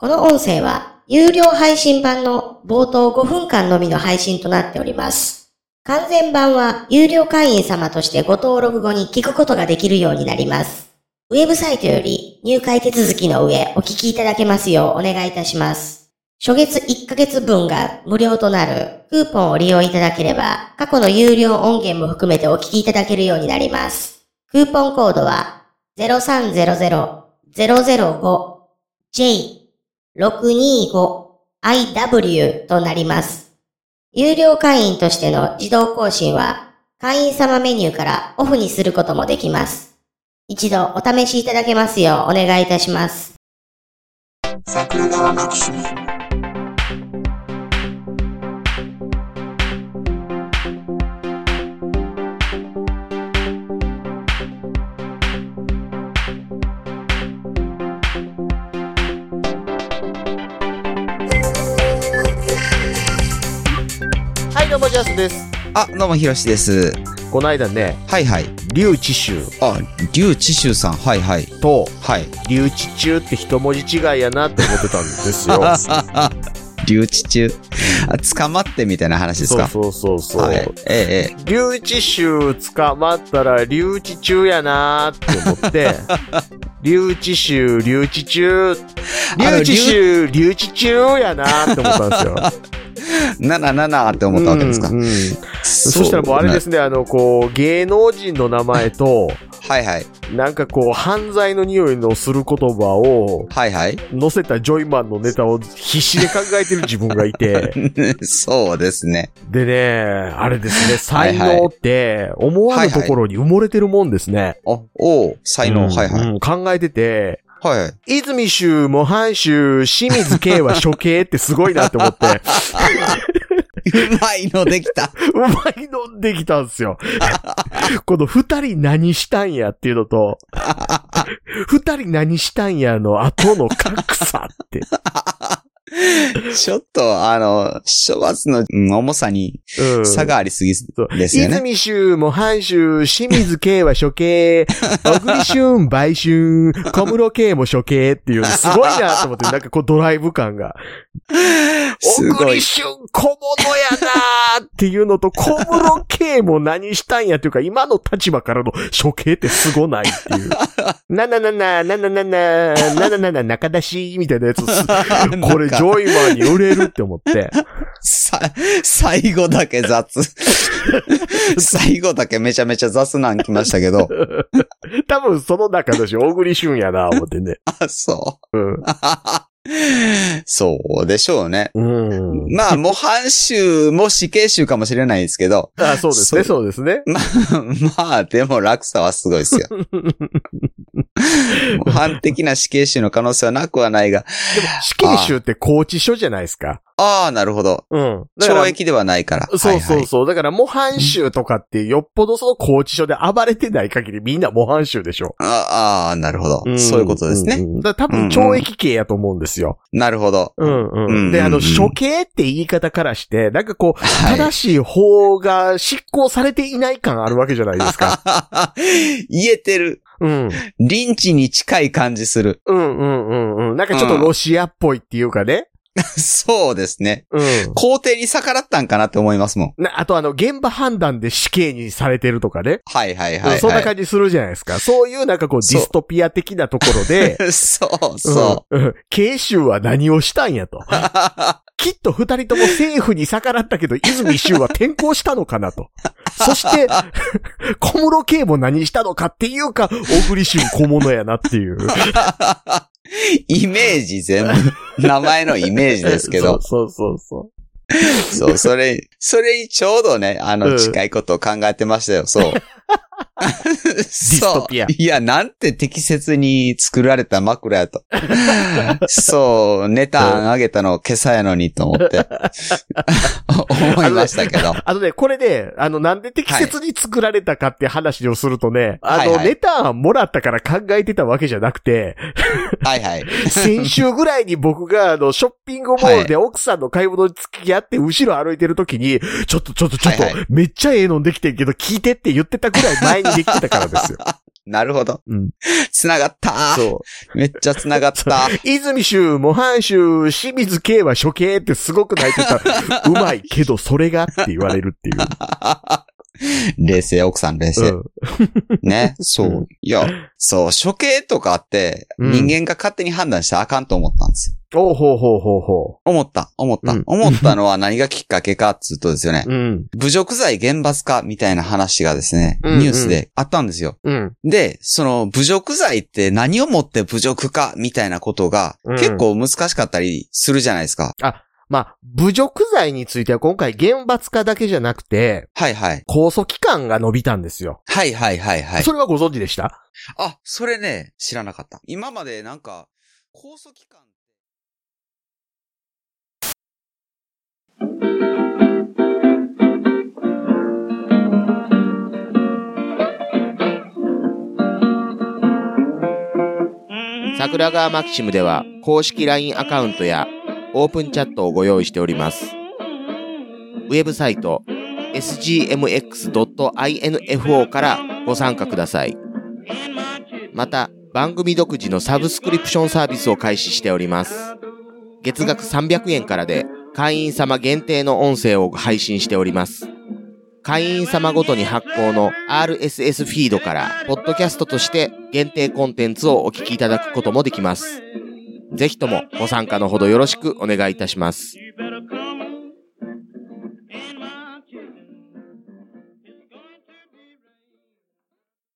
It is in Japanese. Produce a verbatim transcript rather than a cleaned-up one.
この音声は有料配信版の冒頭ごふんかんのみの配信となっております。完全版は有料会員様としてご登録後に聞くことができるようになります。ウェブサイトより入会手続きの上お聞きいただけますようお願いいたします。初月いっかげつぶんが無料となるクーポンを利用いただければ過去の有料音源も含めてお聞きいただけるようになります。クーポンコードは ゼロさんゼロゼロ ゼロゼロご ジェイろくにご アイダブリュー となります。有料会員としての自動更新は会員様メニューからオフにすることもできます。一度お試しいただけますようお願いいたします。 桜川マキシムはい、どうもジャスです。 あ、どうもひろしです。 この間ね、 はいはい。 劉智秋。 あ、劉智秋さん、はいはい。 と、 はい。 劉智秋って一文字違いやなって思ってたんですよ。 劉智秋。あ、捕まってみたいな話ですか？ そうそうそうそう。 はい。ええ、ええ。 劉智秋捕まったら劉智秋やなって思って、劉智秋、劉智秋、劉智秋、劉智秋やなって思ったんですよ。 ななななって思ったわけですか？ うんうん、そ, そしたらもうあれですね、あの、こう、芸能人の名前と、 はいはい。 なんかこう、犯罪の匂いのする言葉を、 はいはい。 載せたジョイマンのネタを必死で考えてる自分がいて。 そうですね。 でね、あれですね、才能って、思わぬところに埋もれてるもんですね。はいはい、 あ、おう、才能、うん、はいはい、 うん。考えてて、 はい。 泉州、模範州、清水慶は処刑ってすごいなって思って。 うまいのできた。 うまいのできたんですよ。この二人何したんやっていうのと、二人何したんやの後の格差って。 ちょっと、あの、処罰の、うん、重さに差がありすぎですよね。 泉州、模範州、清水慶は処刑、小栗旬、売春、小室慶も処刑っていう、すごいなと思って、なんかこうドライブ感が。小栗旬、小物やなーっていうのと、小室慶も何したんやっていうか、今の立場からの処刑ってすごないっていう。なななな、なななな、なななな、中出し、みたいなやつ。これ、ジョイマンに売れるって思って。 さ、最後だけ雑。最後だけめちゃめちゃ雑なん来ましたけど。 多分その中だし、小栗旬やな、思ってね。 あ、そう。 うん。 そうでしょうね。 うん。 まあ、模範囚も死刑囚かもしれないですけど。 あ、そうですね、そうですね。 まあ、まあ、でも落差はすごいですよ。模範的な死刑囚の可能性はなくはないが。 でも、死刑囚って拘置所じゃないですか。 ああ、なるほど。 うん。 懲役ではないから。 そうそうそう。はいはい、だから、模範囚とかってよっぽどその拘置所で暴れてない限りみんな模範囚でしょ。 ああ、なるほど、うん。そういうことですね。 うん、だから多分懲役刑やと思うんですよ。 うんうん、なるほど。 うんうん。うん、で、あの、処刑って言い方からして、なんかこう、はい、正しい法が執行されていない感あるわけじゃないですか。 言えてる。 うん。 リンチに近い感じする。 うんうんうんうん。なんかちょっとロシアっぽいっていうかね。 そうですね。 うん。 皇帝に逆らったんかなって思いますもん。 な、あとあの、現場判断で死刑にされてるとかね。 はいはいはい、はい。 そんな感じするじゃないですか。そういうなんかこう、ディストピア的なところで。 そうそう。 うん。慶州は何をしたんやと。きっと二人とも政府に逆らったけど、泉州は転校したのかなと。そして、小室圭も何したのかっていうか、小栗旬小物やなっていう。 イメージ全部、名前のイメージですけど。 そうそうそうそう。そう、それ、それにちょうどね、あの、近いことを考えてましたよ、そう。 ディストピア。 いや、なんて適切に作られた枕やと。そう、ネタ案あげたの今朝やのにと思って。思いましたけど。 あのね、これね、あの、なんで適切に作られたかって話をするとね、 はい、 あの、 はいはい、 ネタ案もらったから考えてたわけじゃなくて、 はいはい。 先週ぐらいに僕が、あの、ショッピングモールで奥さんの買い物に付き合って後ろ歩いてる時に、ちょっとちょっとちょっと、めっちゃええのできてんけど聞いてって言ってたぐらい前にできてたからですよ。 なるほど。 うん。 繋がったそめっちゃ繋がった。 う。泉州、模範州、清水慶は処刑ってすごく泣いてた。うまいけど、それがって言われるっていう。 冷静、奥さん冷静。 うん、 ね、そう。いや、そう、処刑とかって、人間が勝手に判断したらあかんと思ったんですよ。 おうほうほうほうほう。 思った、思った。 うん、 思ったのは何がきっかけかっつうとですよね。 うん、 侮辱罪厳罰化みたいな話がですね、 うんうん、 ニュースであったんですよ。 うん、 で、その侮辱罪って何をもって侮辱かみたいなことが結構難しかったりするじゃないですか。 うん、あ、まあ、侮辱罪については今回厳罰化だけじゃなくて、 はいはい。 控訴期間が伸びたんですよ。 はいはいはいはい。 それはご存知でした？ あ、それね、知らなかった。今までなんか、控訴期間桜川マキシムでは公式 ライン アカウントやオープンチャットをご用意しております。ウェブサイト エスジーエムエックスドットアイエヌエフオー からご参加ください。また、番組独自のサブスクリプションサービスを開始しております。月額さんびゃくえんからで会員様限定の音声を配信しております。会員様ごとに発行の アールエスエス フィードから、ポッドキャストとして限定コンテンツをお聞きいただくこともできます。ぜひともご参加のほどよろしくお願いいたします。